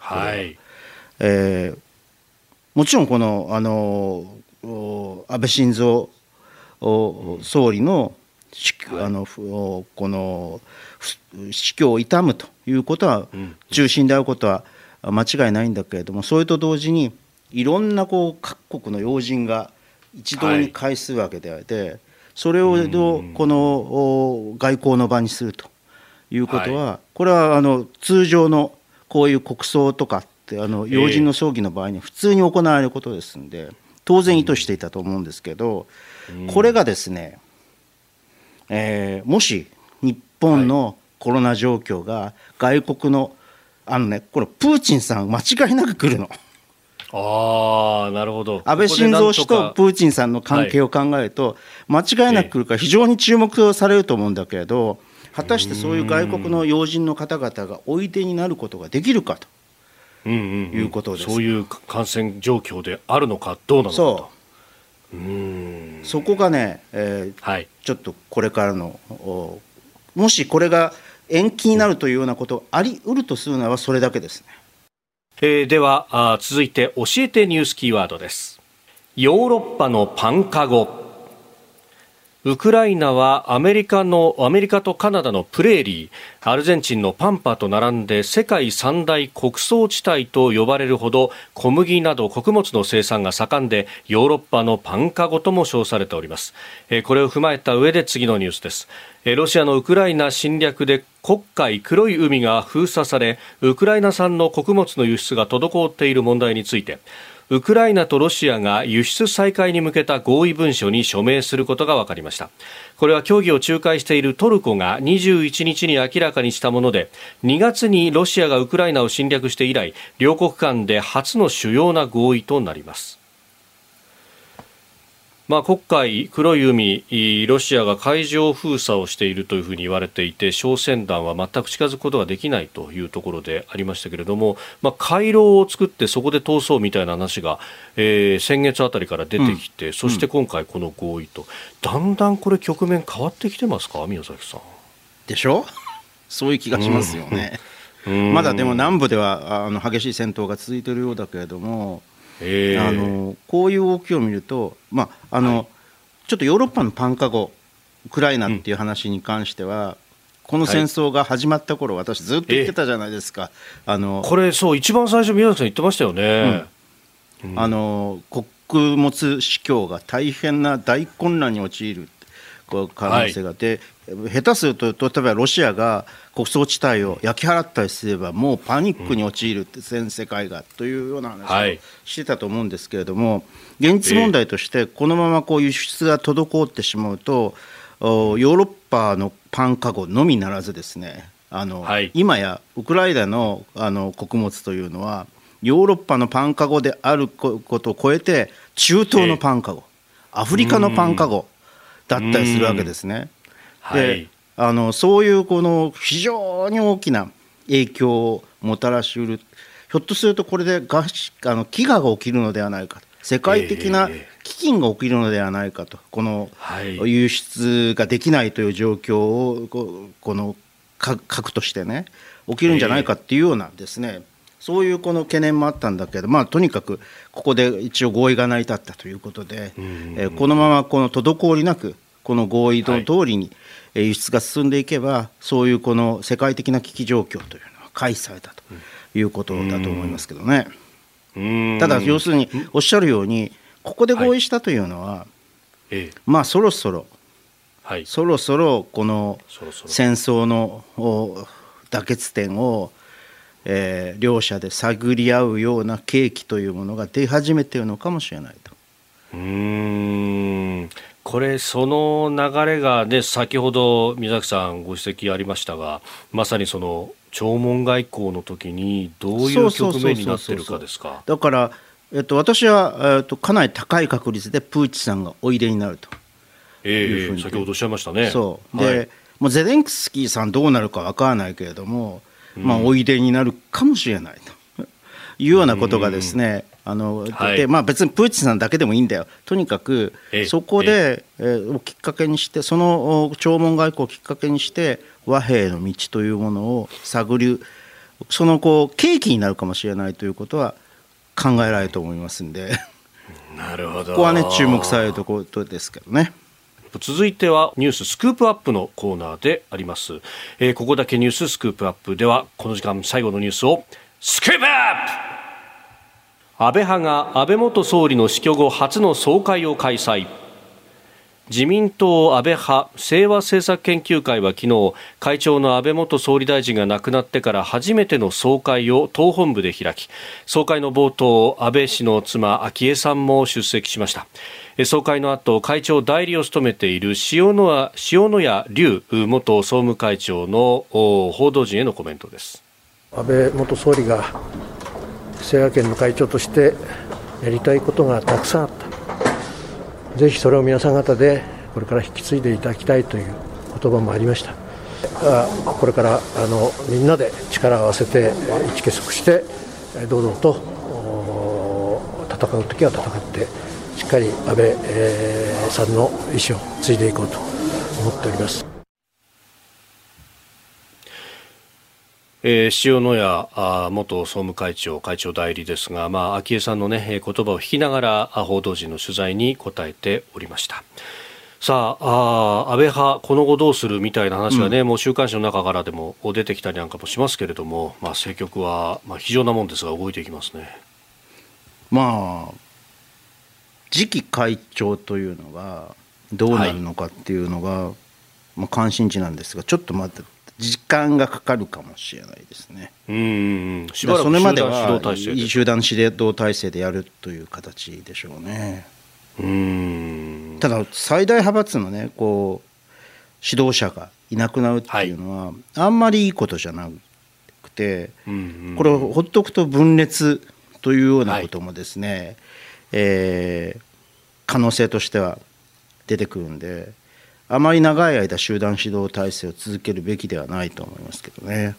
もちろんこの安倍晋三総理のこの死去を悼むということは中心であることは間違いないんだけれども、それと同時にいろんな各国の要人が一堂に会するわけであって、それをこの外交の場にするということは、これは通常のこういう国葬とか要人の葬儀の場合に普通に行われることですので、当然意図していたと思うんですけど、これがですね、もし日本のコロナ状況が外国のこれプーチンさん間違いなく来るの。 なるほど。 安倍晋三氏とプーチンさんの関係を考えると間違いなく来るから非常に注目されると思うんだけれど、果たしてそういう外国の要人の方々がおいでになることができるかということです。 そういう感染状況であるのかどうなのかと。 そこがね、ちょっとこれからのもしこれが延期になるというようなことがあり得るとするならそれだけですね。では続いて教えてニュースキーワードです。ヨーロッパのパンかご。ウクライナはアメリカとカナダのプレーリー、アルゼンチンのパンパと並んで世界三大穀倉地帯と呼ばれるほど小麦など穀物の生産が盛んで、ヨーロッパのパンかごとも称されております。これを踏まえた上で次のニュースです。ロシアのウクライナ侵略で黒海黒い海が封鎖され、ウクライナ産の穀物の輸出が滞っている問題について、ウクライナとロシアが輸出再開に向けた合意文書に署名することが分かりました。これは協議を仲介しているトルコが21日に明らかにしたもので、2月にロシアがウクライナを侵略して以来、両国間で初の主要な合意となります。 黒海、黒い海、ロシアが海上封鎖をしているというふうに言われていて、小船団は全く近づくことができないというところでありましたけれども、回廊を作ってそこで通そうみたいな話が、先月あたりから出てきて、そして今回この合意と、だんだんこれ局面変わってきてますか、宮崎さん。 でしょそういう気がしますよね。まだでも南部では激しい戦闘が続いているようだけれども、こういう動きを見ると、ちょっとヨーロッパのパンかごウクライナっていう話に関しては、この戦争が始まった頃、私ずっと言ってたじゃないですか。 これそう一番最初宮崎さん言ってましたよね。 穀物市況が大変な大混乱に陥る可能性があって、下手すると例えばロシアが穀倉地帯を焼き払ったりすればもうパニックに陥るって全世界がというような話をしてたと思うんですけれども、現実問題としてこのままこう輸出が滞ってしまうと、ヨーロッパのパンかごのみならずですね、今やウクライナの穀物というのはヨーロッパのパンかごであることを超えて中東のパンかご、アフリカのパンかごだったりするわけですね。で、そういうこの非常に大きな影響をもたらしうる、ひょっとするとこれで飢餓が起きるのではないか、世界的な飢饉が起きるのではないかと、この輸出ができないという状況をこの核としてね起きるんじゃないかっていうようなですね、そういうこの懸念もあったんだけど、とにかくここで一応合意が成り立ったということで、このままこの滞りなくこの合意の通りに輸出が進んでいけば、そういうこの世界的な危機状況というのは回避されたということだと思いますけどね。ただ要するにおっしゃるようにここで合意したというのは、そろそろこの戦争の妥結点を両者で探り合うような契機というものが出始めているのかもしれないと。 これその流れがね、先ほど宮崎さんご指摘ありましたが、まさにその弔問外交の時にどういう局面になっているかですか。 だから、私は、かなり高い確率でプーチンさんがおいでになるというふうに、先ほどおっしゃいましたね。 そうで、もうゼレンスキーさんどうなるか分からないけれども、おいでになるかもしれないというようなことがですね、で別にプーチンさんだけでもいいんだよ、とにかくそこで、きっかけにして、その弔問外交をきっかけにして和平の道というものを探る、その契機になるかもしれないということは考えられると思いますんでなるほど、 ここはね注目されるところですけどね。 続いてはニューススクープアップのコーナーであります。ここだけニューススクープアップでは、この時間最後のニュースをスクープアップ。安倍派が安倍元総理の死去後初の総会を開催。自民党安倍派清和政策研究会は昨日、会長の安倍元総理大臣が亡くなってから初めての総会を党本部で開き、総会の冒頭、安倍氏の妻昭恵さんも出席しました。総会の後、会長代理を務めている塩谷隆元総務会長の報道陣へのコメントです。 安倍元総理が清和研の会長としてやりたいことがたくさんあった。ぜひそれを皆さん方でこれから引き継いでいただきたいという言葉もありました。これからみんなで力を合わせて一結束して堂々と戦うときは戦って、しっかり安倍さんの意思を継いでいこうと思っております。 塩谷元総務会長代理ですが、昭恵さんの、言葉を引きながら報道陣の取材に答えておりました。さあ、安倍派この後どうするみたいな話がね、もう週刊誌の中からでも出てきたりなんかもしますけれども、政局は非常なもんですが動いていきますね。 次期会長というのがどうなるのかっていうのが、関心事なんですが、ちょっとまた時間がかかるかもしれないですね。 しばらくそれまでは集団指導体制でやるという形でしょうね。ただ最大派閥のね指導者がいなくなるっていうのは、あんまりいいことじゃなくて、これをほっとくと分裂というようなこともですね、 可能性としては出てくるんで、あまり長い間集団指導体制を続けるべきではないと思いますけどね。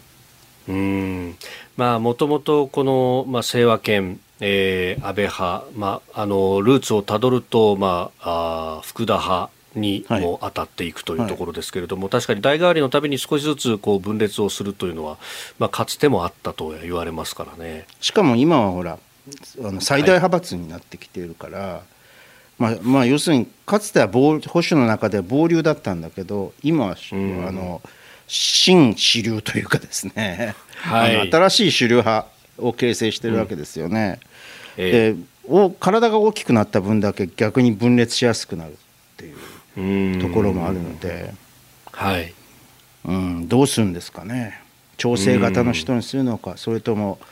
もともとこの、清和研、安倍派、ルーツをたどると、福田派にも当たっていくというところですけれども、確かに代替わりのたびに少しずつこう分裂をするというのは、かつてもあったと言われますからね。 しかも今はほら最大派閥になってきているから、要するにかつては保守の中では暴流だったんだけど、今は新主流というかですね、新しい主流派を形成しているわけですよね。で体が大きくなった分だけ逆に分裂しやすくなるっていうところもあるので、どうするんですかね。調整型の人にするのか、それとも、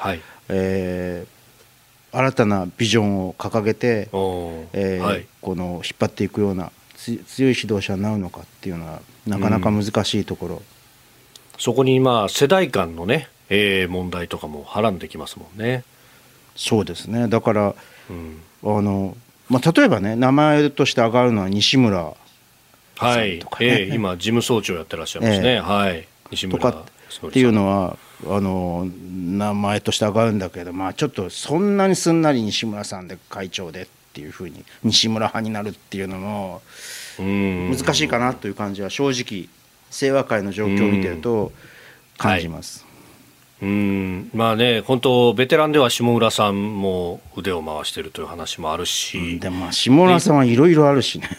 新たなビジョンを掲げて、この引っ張っていくような強い指導者になるのかっていうのはなかなか難しいところ、 そこに世代間のね、問題とかもはらんできますもんね。 そうですね。だから、例えばね、名前として上がるのは西村さんとかね、 今事務総長やってらっしゃいますね、西村とかっていうのは名前として上がるんだけど、ちょっとそんなにすんなり西村さんで会長でっていうふうに西村派になるっていうのも難しいかなという感じは正直清和会の状況を見てると感じます。 本当ベテランでは下村さんも腕を回しているという話もあるし、 でも下村さんはいろいろあるしね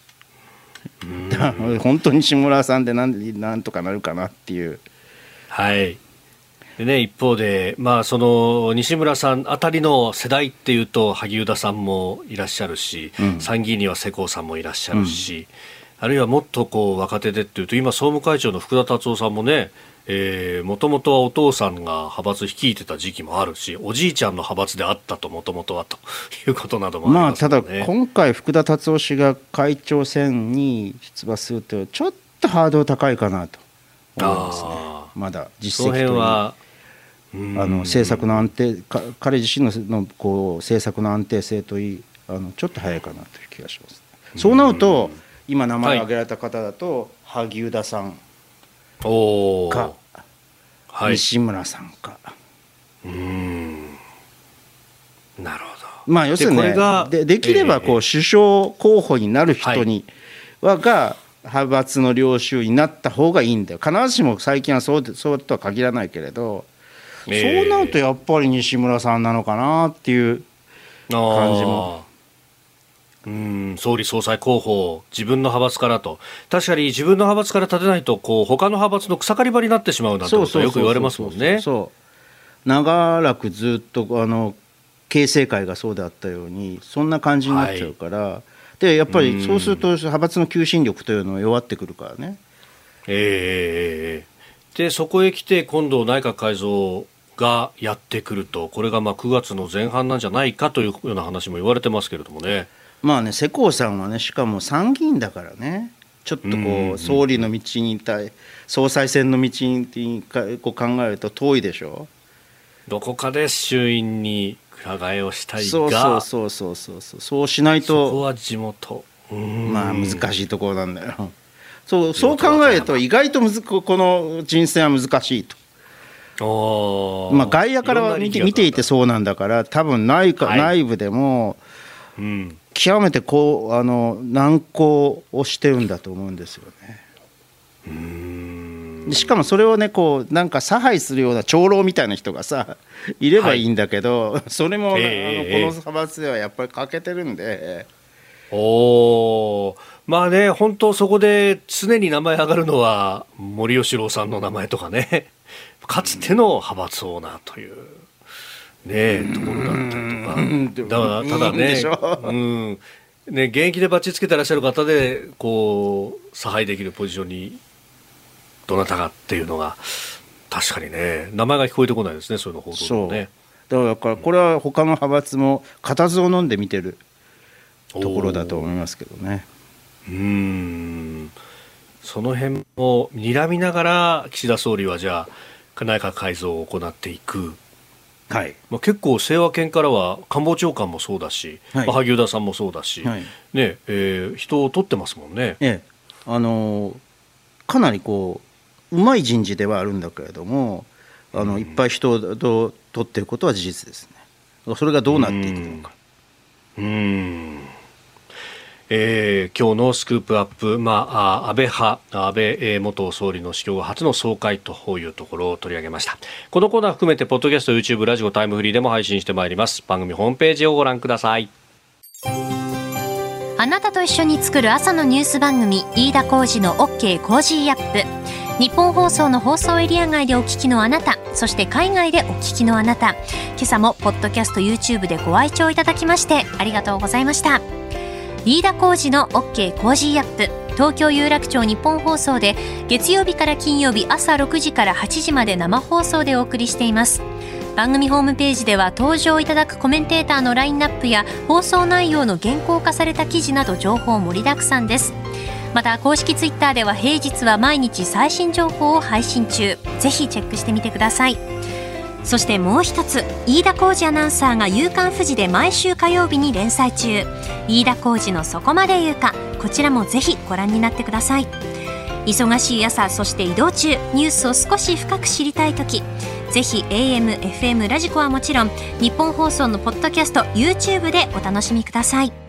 本当に下村さんでなんとかなるかなっていう。 でね、一方で、その西村さんあたりの世代っていうと萩生田さんもいらっしゃるし、参議院には世耕さんもいらっしゃるし、あるいはもっと若手でっていうと今総務会長の福田達夫さんもね、もともとはお父さんが派閥率いてた時期もあるし、おじいちゃんの派閥であったともともとはということなどもありますよね。 ただ今回福田達夫氏が会長選に出馬するとちょっとハードル高いかなと思いますね。まだ実績というの政策の安定、彼自身の政策の安定性といいちょっと早いかなという気がします。そうなると今名前挙げられた方だと、萩生田さんか、西村さんか。 なるほど。 要するに、できれば首相候補になる人にが派閥の領袖になった方がいいんだよ。必ずしも最近はそうとは限らないけれど、そうなるとやっぱり西村さんなのかなっていう感じも。 総理総裁候補自分の派閥からと、確かに自分の派閥から立てないと他の派閥の草刈り場になってしまうなんてことはよく言われますもんね。 長らくずっと形成会がそうであったようにそんな感じになっちゃうから、でやっぱりそうすると派閥の求心力というのは弱ってくるからね。 でそこへ来て今度内閣改造がやってくると、これが9月の前半なんじゃないかというような話も言われてますけれどもね。 世耕さんはね、しかも参議院だからね、ちょっと総理の道に総裁選の道に考えると遠いでしょ。 どこかで衆院にくら替えをしたいが、 そうしないとそこは地元難しいところなんだよ。そう考えると意外とこの人選は難しいと。外野から見ていてそうなんだから、多分内部でも極めて難航をしてるんだと思うんですよね。しかもそれをねなんか差配するような長老みたいな人がさいればいいんだけど、それもこの派閥ではやっぱり欠けてるんで。 本当そこで常に名前上がるのは森喜朗さんの名前とかね、かつての派閥オーナーというところだったりとか、ただね、現役でバッチつけてらっしゃる方で差配できるポジションにどなたかっていうのが確かにね、名前が聞こえてこないですね、そういうの報道でもね。 だからこれは他の派閥も固唾を飲んで見てるところだと思いますけどね。 その辺も睨みながら岸田総理はじゃあ内閣改造を行っていくはい、 結構清和研からは官房長官もそうだし、はい、萩生田さんもそうだし、はいね人を取ってますもんね。 かなりこうまい人事ではあるんだけれどもいっぱい人を取っていることは事実ですね。それがどうなっていくのか。 今日のスクープアップ、安倍派、安倍元総理の死去後初の総会というところを取り上げました。このコーナー含めてポッドキャスト、YouTube、ラジコ、タイムフリーでも配信してまいります。番組ホームページをご覧ください。 あなたと一緒に作る朝のニュース番組、飯田浩司の OK コージーアップ。日本放送の放送エリア外でお聞きのあなた、そして海外でお聞きのあなた、今朝もポッドキャスト YouTube でご愛聴いただきましてありがとうございました。飯田浩司の OK コージーアップ、東京有楽町日本放送で月曜日から金曜日朝6時から8時まで生放送でお送りしています。番組ホームページでは登場いただくコメンテーターのラインナップや放送内容の原稿化された記事など情報盛りだくさんです。また公式ツイッターでは平日は毎日最新情報を配信中、ぜひチェックしてみてください。そしてもう一つ、飯田浩司アナウンサーが夕刊フジで毎週火曜日に連載中、飯田浩司のそこまで言うか、こちらもぜひご覧になってください。忙しい朝、そして移動中、ニュースを少し深く知りたいとき、ぜひ AM、FM、ラジコはもちろん日本放送のポッドキャスト、YouTube でお楽しみください。